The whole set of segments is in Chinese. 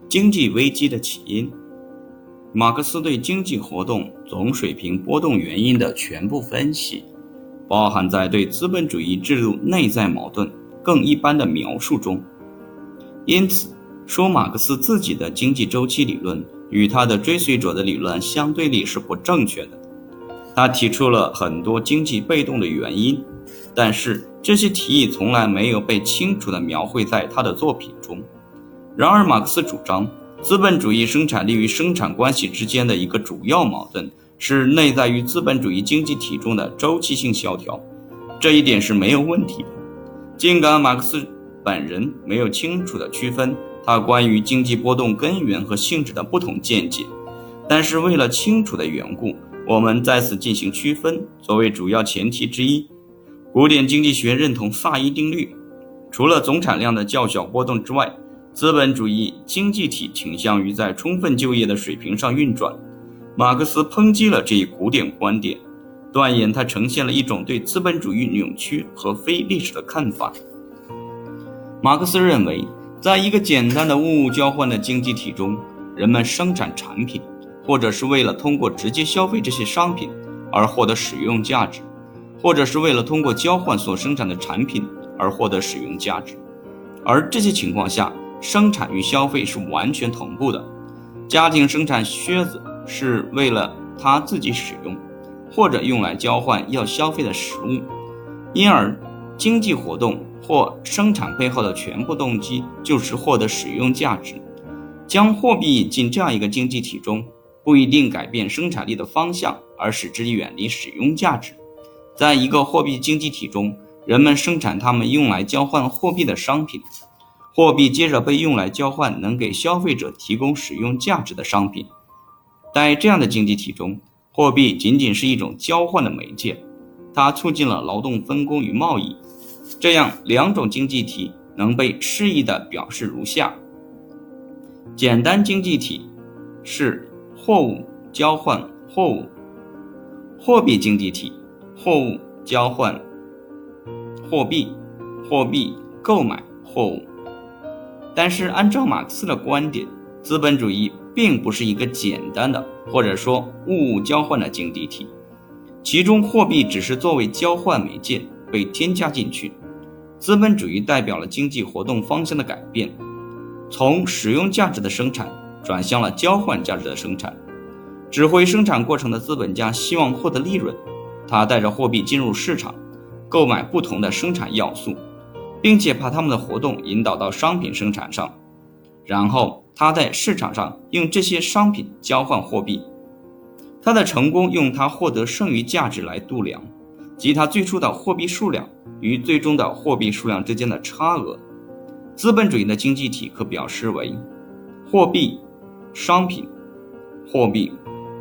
经济危机的起因。马克思对经济活动总水平波动原因的全部分析，包含在对资本主义制度内在矛盾更一般的描述中。因此，说马克思自己的经济周期理论与他的追随者的理论相对立是不正确的。他提出了很多经济被动的原因，但是这些提议从来没有被清楚地描绘在他的作品中。然而，马克思主张资本主义生产力与生产关系之间的一个主要矛盾是内在于资本主义经济体中的周期性萧条，这一点是没有问题的。尽管马克思本人没有清楚地区分他关于经济波动根源和性质的不同见解，但是为了清楚的缘故，我们在此进行区分。作为主要前提之一，古典经济学认同萨伊定律，除了总产量的较小波动之外，资本主义经济体倾向于在充分就业的水平上运转。马克思抨击了这一古典观点，断言它呈现了一种对资本主义扭曲和非历史的看法。马克思认为，在一个简单的物物交换的经济体中，人们生产产品，或者是为了通过直接消费这些商品而获得使用价值，或者是为了通过交换所生产的产品而获得使用价值。而这些情况下，生产与消费是完全同步的。家庭生产靴子是为了他自己使用，或者用来交换要消费的食物，因而经济活动或生产背后的全部动机就是获得使用价值。将货币引进这样一个经济体中，不一定改变生产力的方向，而使之远离使用价值。在一个货币经济体中，人们生产他们用来交换货币的商品，货币接着被用来交换能给消费者提供使用价值的商品。在这样的经济体中，货币仅仅是一种交换的媒介，它促进了劳动分工与贸易。这样两种经济体能被适宜地表示如下：简单经济体是货物交换货物，货币经济体货物交换货币，货币购买货物。但是按照马克思的观点，资本主义并不是一个简单的或者说物物交换的经济体，其中货币只是作为交换媒介被添加进去。资本主义代表了经济活动方向的改变，从使用价值的生产转向了交换价值的生产。指挥生产过程的资本家希望获得利润，他带着货币进入市场，购买不同的生产要素，并且把他们的活动引导到商品生产上，然后他在市场上用这些商品交换货币。他的成功用他获得剩余价值来度量，即他最初的货币数量与最终的货币数量之间的差额。资本主义的经济体可表示为货币、商品、货币，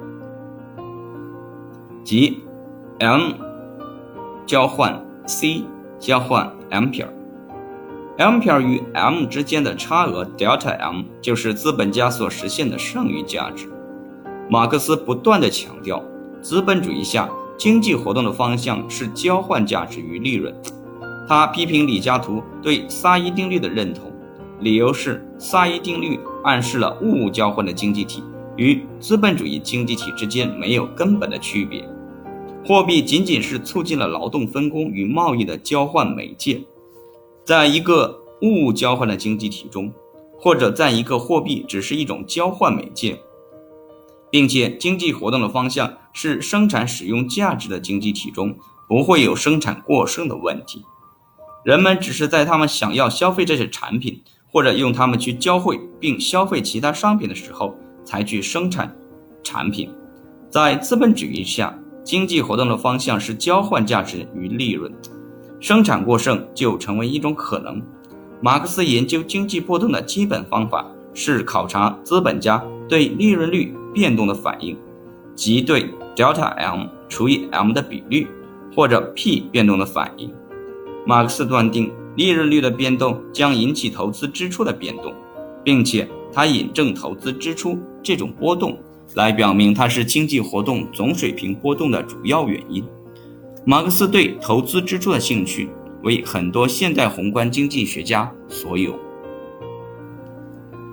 即 M 交换 C 交换 Ampere。Ampere 与 M 之间的差额 Delta M 就是资本家所实现的剩余价值。马克思不断地强调，资本主义下经济活动的方向是交换价值与利润。他批评李嘉图对萨伊定律的认同，理由是萨伊定律暗示了物物交换的经济体与资本主义经济体之间没有根本的区别，货币仅仅是促进了劳动分工与贸易的交换媒介。在一个物物交换的经济体中，或者在一个货币只是一种交换媒介，并且经济活动的方向是生产使用价值的经济体中，不会有生产过剩的问题。人们只是在他们想要消费这些产品，或者用它们去交汇并消费其他商品的时候，才去生产产品。在资本主义下，经济活动的方向是交换价值与利润，生产过剩就成为一种可能。马克思研究经济波动的基本方法是考察资本家对利润率变动的反应，即对 Delta M 除以 M 的比率，或者 P 变动的反应。马克思断定利润率的变动将引起投资支出的变动，并且他引证投资支出这种波动来表明它是经济活动总水平波动的主要原因。马克思对投资支出的兴趣为很多现代宏观经济学家所有。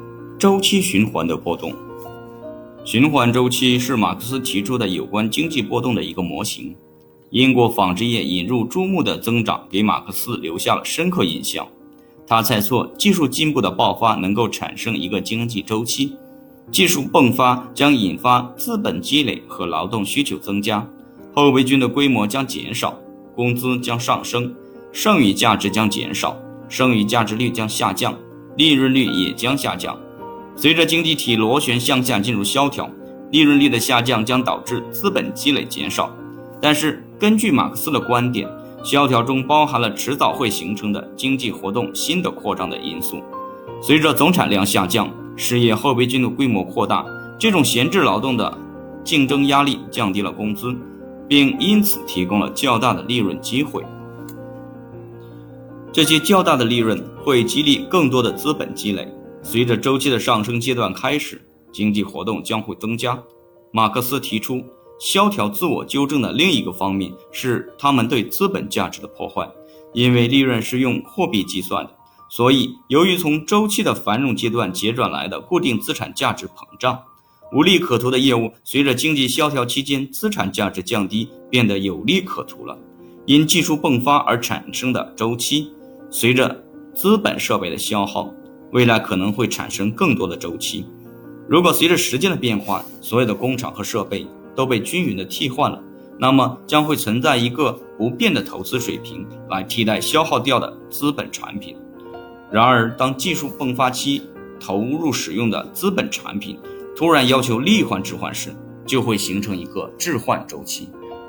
周期循环的波动。循环周期是马克思提出的有关经济波动的一个模型。英国纺织业引入注目的增长给马克思留下了深刻印象。他猜测技术进步的爆发能够产生一个经济周期，技术迸发将引发资本积累和劳动需求增加，后备军的规模将减少，工资将上升，剩余价值将减少，剩余价值率将下降，利润率也将下降。随着经济体螺旋向下进入萧条，利润率的下降将导致资本积累减少。但是根据马克思的观点，萧条中包含了迟早会形成的经济活动新的扩张的因素。随着总产量下降，失业后备军的规模扩大，这种闲置劳动的竞争压力降低了工资，并因此提供了较大的利润机会。这些较大的利润会激励更多的资本积累。随着周期的上升阶段开始，经济活动将会增加。马克思提出，萧条自我纠正的另一个方面是他们对资本价值的破坏。因为利润是用货币计算的，所以由于从周期的繁荣阶段截转来的固定资产价值膨胀，无利可图的业务随着经济萧条期间资产价值降低变得有利可图了。因技术迸发而产生的周期，随着资本设备的消耗，未来可能会产生更多的周期。如果随着时间的变化，所有的工厂和设备都被均匀地替换了，那么将会存在一个不变的投资水平来替代消耗掉的资本产品。然而当技术迸发期投入使用的资本产品突然要求替换置换时，就会形成一个置换周期。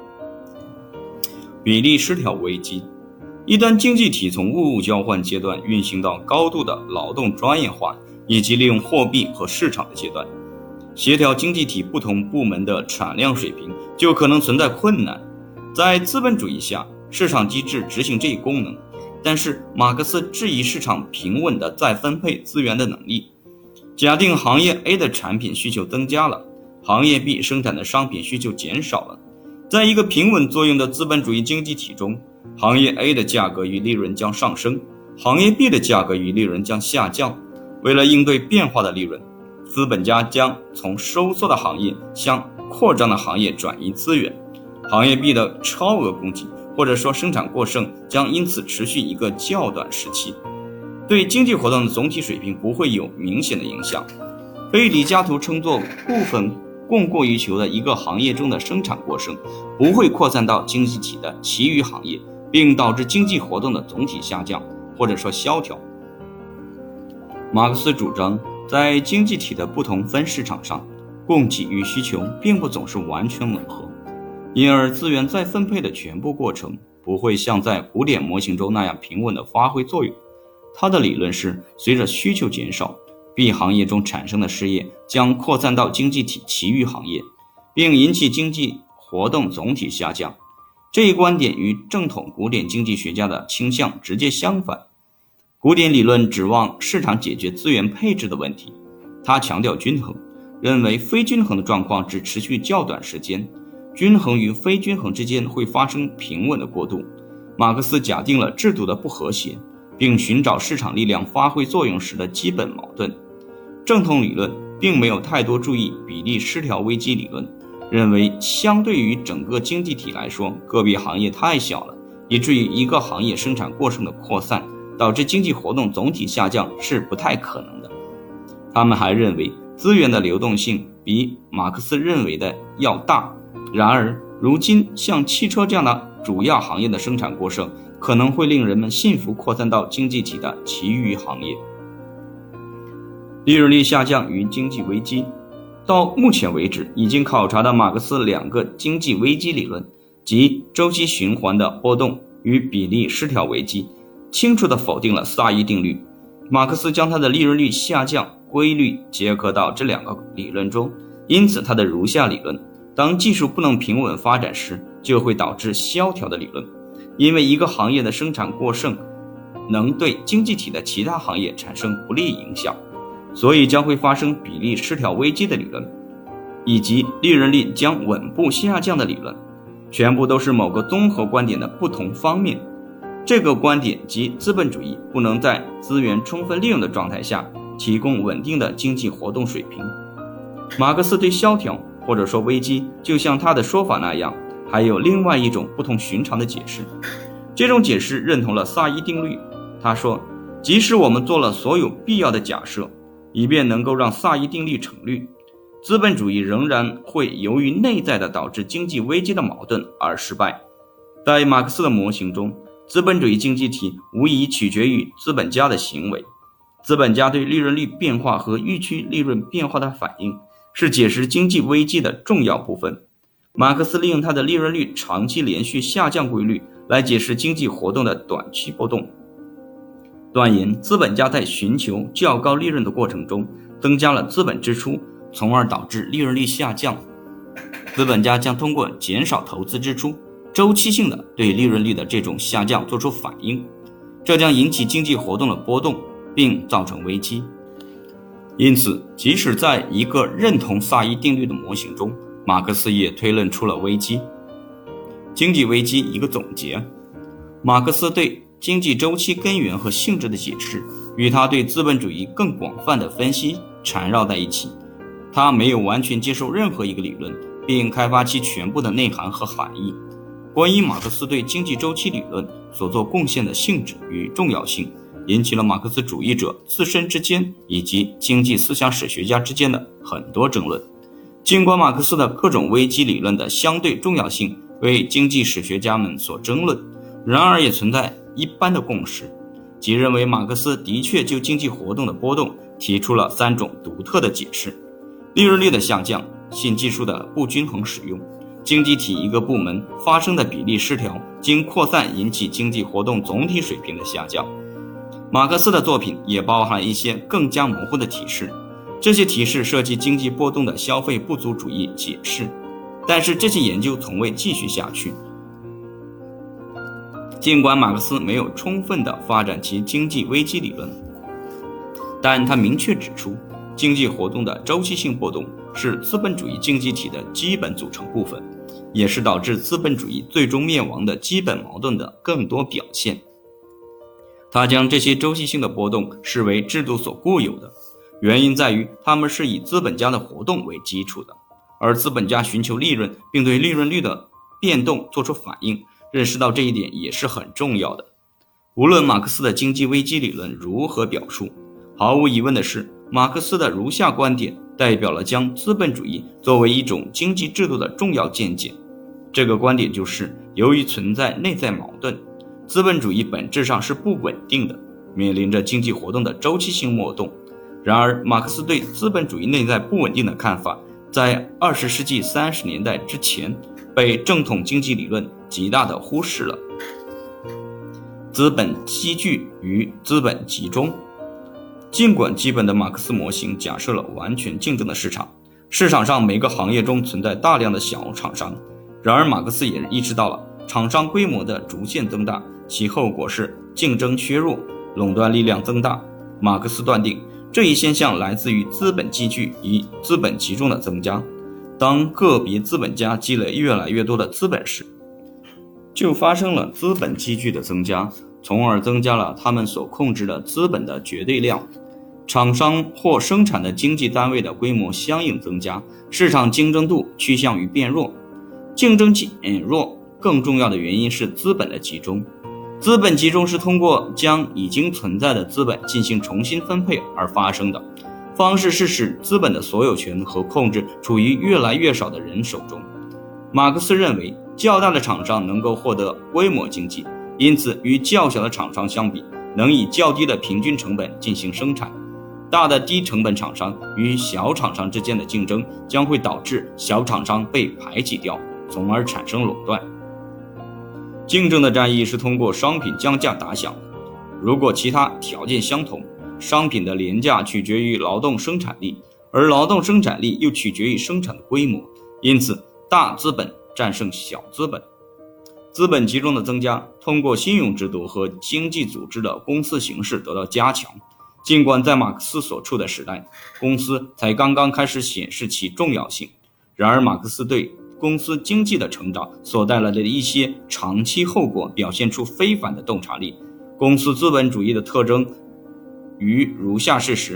比例失调危机。一旦经济体从物物交换阶段运行到高度的劳动专业化以及利用货币和市场的阶段，协调经济体不同部门的产量水平就可能存在困难。在资本主义下，市场机制执行这一功能，但是马克思质疑市场平稳的再分配资源的能力。假定行业 A 的产品需求增加了，行业 B 生产的商品需求减少了。在一个平稳作用的资本主义经济体中，行业 A 的价格与利润将上升，行业 B 的价格与利润将下降。为了应对变化的利润，资本家将从收缩的行业向扩张的行业转移资源。行业 B 的超额供给或者说生产过剩将因此持续一个较短时期，对经济活动的总体水平不会有明显的影响。被李嘉图称作部分供过于求的一个行业中的生产过剩不会扩散到经济体的其余行业，并导致经济活动的总体下降或者说萧条。马克思主张，在经济体的不同分市场上，供给与需求并不总是完全吻合，因而资源再分配的全部过程不会像在古典模型中那样平稳地发挥作用。他的理论是，随着需求减少，B 行业中产生的失业将扩散到经济体其余行业，并引起经济活动总体下降。这一观点与正统古典经济学家的倾向直接相反。古典理论指望市场解决资源配置的问题，他强调均衡，认为非均衡的状况只持续较短时间，均衡与非均衡之间会发生平稳的过渡。马克思假定了制度的不和谐，并寻找市场力量发挥作用时的基本矛盾。正统理论并没有太多注意比例失调危机理论，认为相对于整个经济体来说，个别行业太小了，以至于一个行业生产过剩的扩散导致经济活动总体下降是不太可能的。他们还认为资源的流动性比马克思认为的要大，然而如今像汽车这样的主要行业的生产过剩可能会令人们信服扩散到经济体的其余行业。利润率下降与经济危机。到目前为止，已经考察的马克思两个经济危机理论，即周期循环的波动与比例失调危机，清楚地否定了萨伊定律。马克思将他的利润率下降规律结合到这两个理论中，因此他的如下理论：当技术不能平稳发展时，就会导致萧条的理论，因为一个行业的生产过剩能对经济体的其他行业产生不利影响，所以将会发生比例失调危机的理论，以及利润率将稳步下降的理论，全部都是某个综合观点的不同方面。这个观点即资本主义不能在资源充分利用的状态下提供稳定的经济活动水平。马克思对萧条或者说危机，就像他的说法那样，还有另外一种不同寻常的解释。这种解释认同了萨伊定律。他说，即使我们做了所有必要的假设，以便能够让萨伊定律成立，资本主义仍然会由于内在的导致经济危机的矛盾而失败。在马克思的模型中，资本主义经济体无疑取决于资本家的行为。资本家对利润率变化和预期利润变化的反应，是解释经济危机的重要部分。马克思利用他的利润率长期连续下降规律来解释经济活动的短期波动，断言资本家在寻求较高利润的过程中增加了资本支出，从而导致利润率下降。资本家将通过减少投资支出，周期性的对利润率的这种下降做出反应，这将引起经济活动的波动，并造成危机。因此，即使在一个认同萨伊定律的模型中，马克思也推论出了危机。经济危机一个总结，马克思对经济周期根源和性质的解释，与他对资本主义更广泛的分析缠绕在一起。他没有完全接受任何一个理论，并开发其全部的内涵和含义。关于马克思对经济周期理论所做贡献的性质与重要性，引起了马克思主义者自身之间以及经济思想史学家之间的很多争论。尽管马克思的各种危机理论的相对重要性为经济史学家们所争论，然而也存在一般的共识，即认为马克思的确就经济活动的波动提出了3种独特的解释：利润率的下降、新技术的不均衡使用、经济体一个部门发生的比例失调经扩散引起经济活动总体水平的下降。马克思的作品也包含一些更加模糊的提示，这些提示涉及经济波动的消费不足主义解释，但是这些研究从未继续下去。尽管马克思没有充分地发展其经济危机理论，但他明确指出，经济活动的周期性波动是资本主义经济体的基本组成部分，也是导致资本主义最终灭亡的基本矛盾的更多表现。他将这些周期性的波动视为制度所固有的，原因在于它们是以资本家的活动为基础的，而资本家寻求利润并对利润率的变动做出反应，认识到这一点也是很重要的。无论马克思的经济危机理论如何表述，毫无疑问的是，马克思的如下观点代表了将资本主义作为一种经济制度的重要见解。这个观点就是，由于存在内在矛盾，资本主义本质上是不稳定的，面临着经济活动的周期性波动。然而，马克思对资本主义内在不稳定的看法，在20世纪30年代之前被正统经济理论极大地忽视了。资本积聚与资本集中。尽管基本的马克思模型假设了完全竞争的市场，市场上每个行业中存在大量的小厂商，然而马克思也意识到了厂商规模的逐渐增大，其后果是竞争削弱，垄断力量增大。马克思断定，这一现象来自于资本积聚与资本集中的增加。当个别资本家积累越来越多的资本时，就发生了资本积聚的增加，从而增加了他们所控制的资本的绝对量。厂商或生产的经济单位的规模相应增加，市场竞争度趋向于变弱。竞争减弱更重要的原因是资本的集中。资本集中是通过将已经存在的资本进行重新分配而发生的，方式是使资本的所有权和控制处于越来越少的人手中。马克思认为，较大的厂商能够获得规模经济，因此与较小的厂商相比，能以较低的平均成本进行生产。大的低成本厂商与小厂商之间的竞争将会导致小厂商被排挤掉，从而产生垄断。竞争的战役是通过商品降价打响的。如果其他条件相同，商品的廉价取决于劳动生产力，而劳动生产力又取决于生产的规模，因此大资本战胜小资本。资本集中的增加通过信用制度和经济组织的公司形式得到加强。尽管在马克思所处的时代，公司才刚刚开始显示其重要性，然而马克思对公司经济的成长所带来的一些长期后果表现出非凡的洞察力。公司资本主义的特征与如下事实：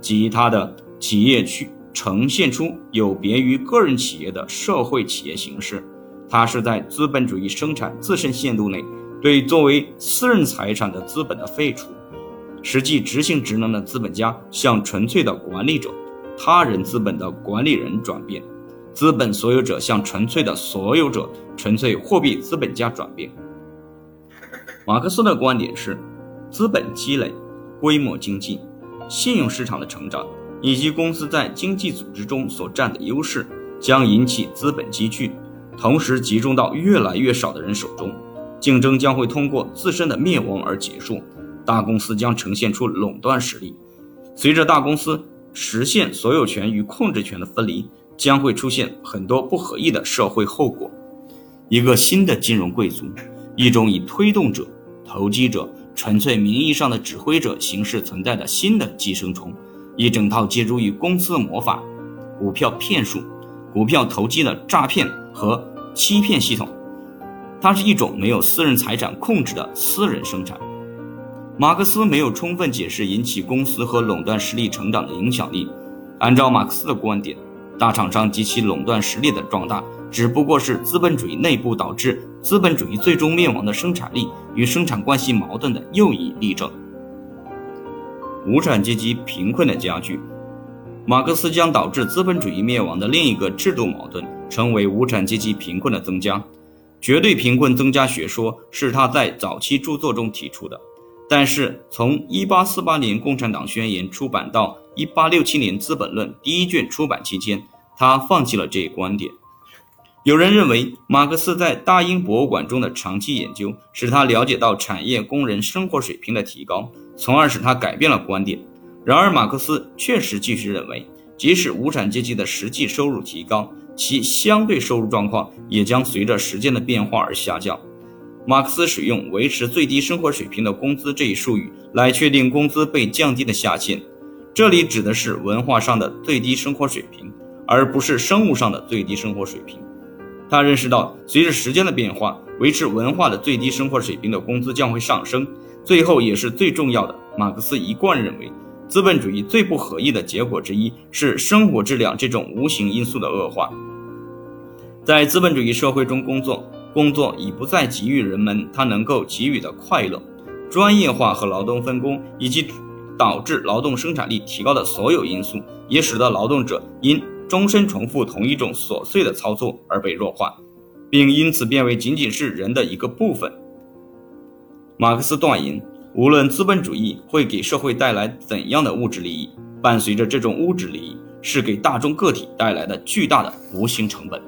即他的企业去呈现出有别于个人企业的社会企业形式。它是在资本主义生产自身限度内对作为私人财产的资本的废除，实际执行职能的资本家向纯粹的管理者、他人资本的管理人转变，资本所有者向纯粹的所有者、纯粹货币资本家转变。马克思的观点是，资本积累、规模经济、信用市场的成长以及公司在经济组织中所占的优势将引起资本积聚，同时集中到越来越少的人手中，竞争将会通过自身的灭亡而结束，大公司将呈现出垄断实力。随着大公司实现所有权与控制权的分离，将会出现很多不合意的社会后果。一个新的金融贵族，一种以推动者、投机者、纯粹名义上的指挥者形式存在的新的寄生虫，一整套借助于公司魔法、股票骗术、股票投机的诈骗和欺骗系统。它是一种没有私人财产控制的私人生产。马克思没有充分解释引起公司和垄断实力成长的影响力。按照马克思的观点，大厂商及其垄断实力的壮大只不过是资本主义内部导致资本主义最终灭亡的生产力与生产关系矛盾的又一例证。无产阶级贫困的加剧，马克思将导致资本主义灭亡的另一个制度矛盾称为无产阶级贫困的增加。绝对贫困增加学说是他在早期著作中提出的，但是从1848年共产党宣言出版到1867年资本论第一卷出版期间，他放弃了这一观点。有人认为马克思在大英博物馆中的长期研究使他了解到产业工人生活水平的提高，从而使他改变了观点。然而马克思确实继续认为，即使无产阶级的实际收入提高，其相对收入状况也将随着时间的变化而下降。马克思使用维持最低生活水平的工资这一术语来确定工资被降低的下限，这里指的是文化上的最低生活水平，而不是生物上的最低生活水平。他认识到，随着时间的变化，维持文化的最低生活水平的工资将会上升。最后也是最重要的，马克思一贯认为，资本主义最不合意的结果之一是生活质量这种无形因素的恶化。在资本主义社会中工作已不再给予人们他能够给予的快乐。专业化和劳动分工以及导致劳动生产力提高的所有因素，也使得劳动者因终身重复同一种琐碎的操作而被弱化，并因此变为仅仅是人的一个部分。马克思断言，无论资本主义会给社会带来怎样的物质利益，伴随着这种物质利益是给大众个体带来的巨大的无形成本。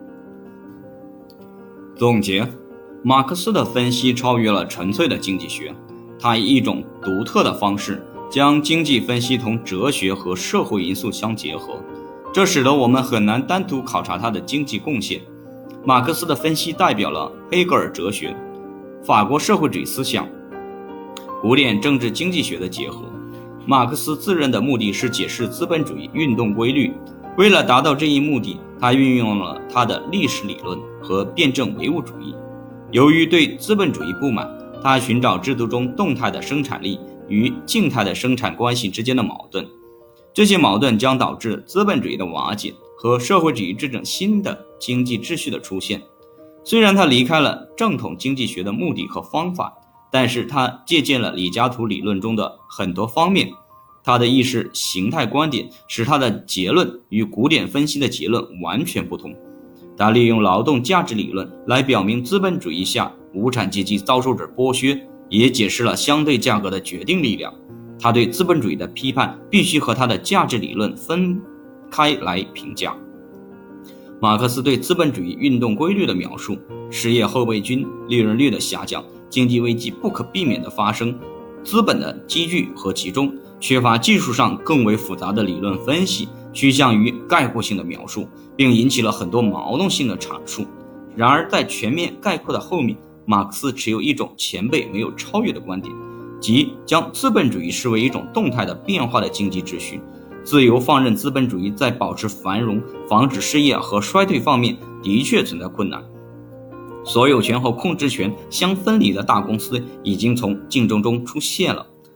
总结，马克思的分析超越了纯粹的经济学，他以一种独特的方式将经济分析同哲学和社会因素相结合，这使得我们很难单独考察他的经济贡献。马克思的分析代表了黑格尔哲学、法国社会主义思想、古典政治经济学的结合。马克思自认的目的是解释资本主义运动规律，为了达到这一目的，他运用了他的历史理论和辩证唯物主义。由于对资本主义不满，他寻找制度中动态的生产力与静态的生产关系之间的矛盾，这些矛盾将导致资本主义的瓦解和社会主义这种新的经济秩序的出现。虽然他离开了正统经济学的目的和方法，但是他借鉴了李嘉图理论中的很多方面。他的意识形态观点使他的结论与古典分析的结论完全不同。他利用劳动价值理论来表明资本主义下无产阶级遭受着剥削，也解释了相对价格的决定力量。他对资本主义的批判必须和他的价值理论分开来评价。马克思对资本主义运动规律的描述，失业后备军、利润率的下降、经济危机不可避免的发生、资本的积聚和集中，缺乏技术上更为复杂的理论分析，趋向于概括性的描述，并引起了很多矛盾性的阐述。然而在全面概括的后面，马克思持有一种前辈没有超越的观点，即将资本主义视为一种动态的变化的经济秩序。自由放任资本主义在保持繁荣、防止失业和衰退方面的确存在困难。所有权和控制权相分离的大公司已经从竞争中出现了。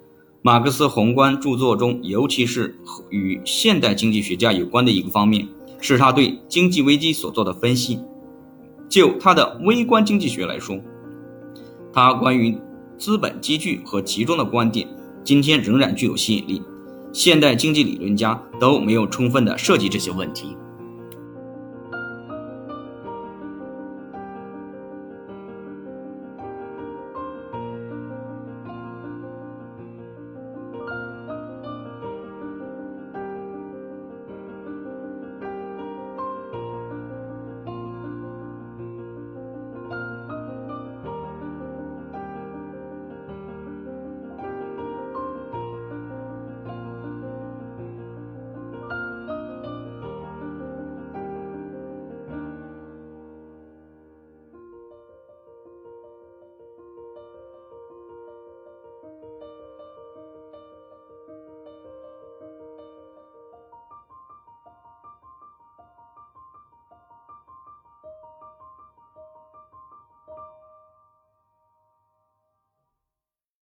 马克思宏观著作中，尤其是与现代经济学家有关的一个方面，是他对经济危机所做的分析。就他的微观经济学来说，他关于资本集聚和集中的观点今天仍然具有吸引力，现代经济理论家都没有充分的涉及这些问题。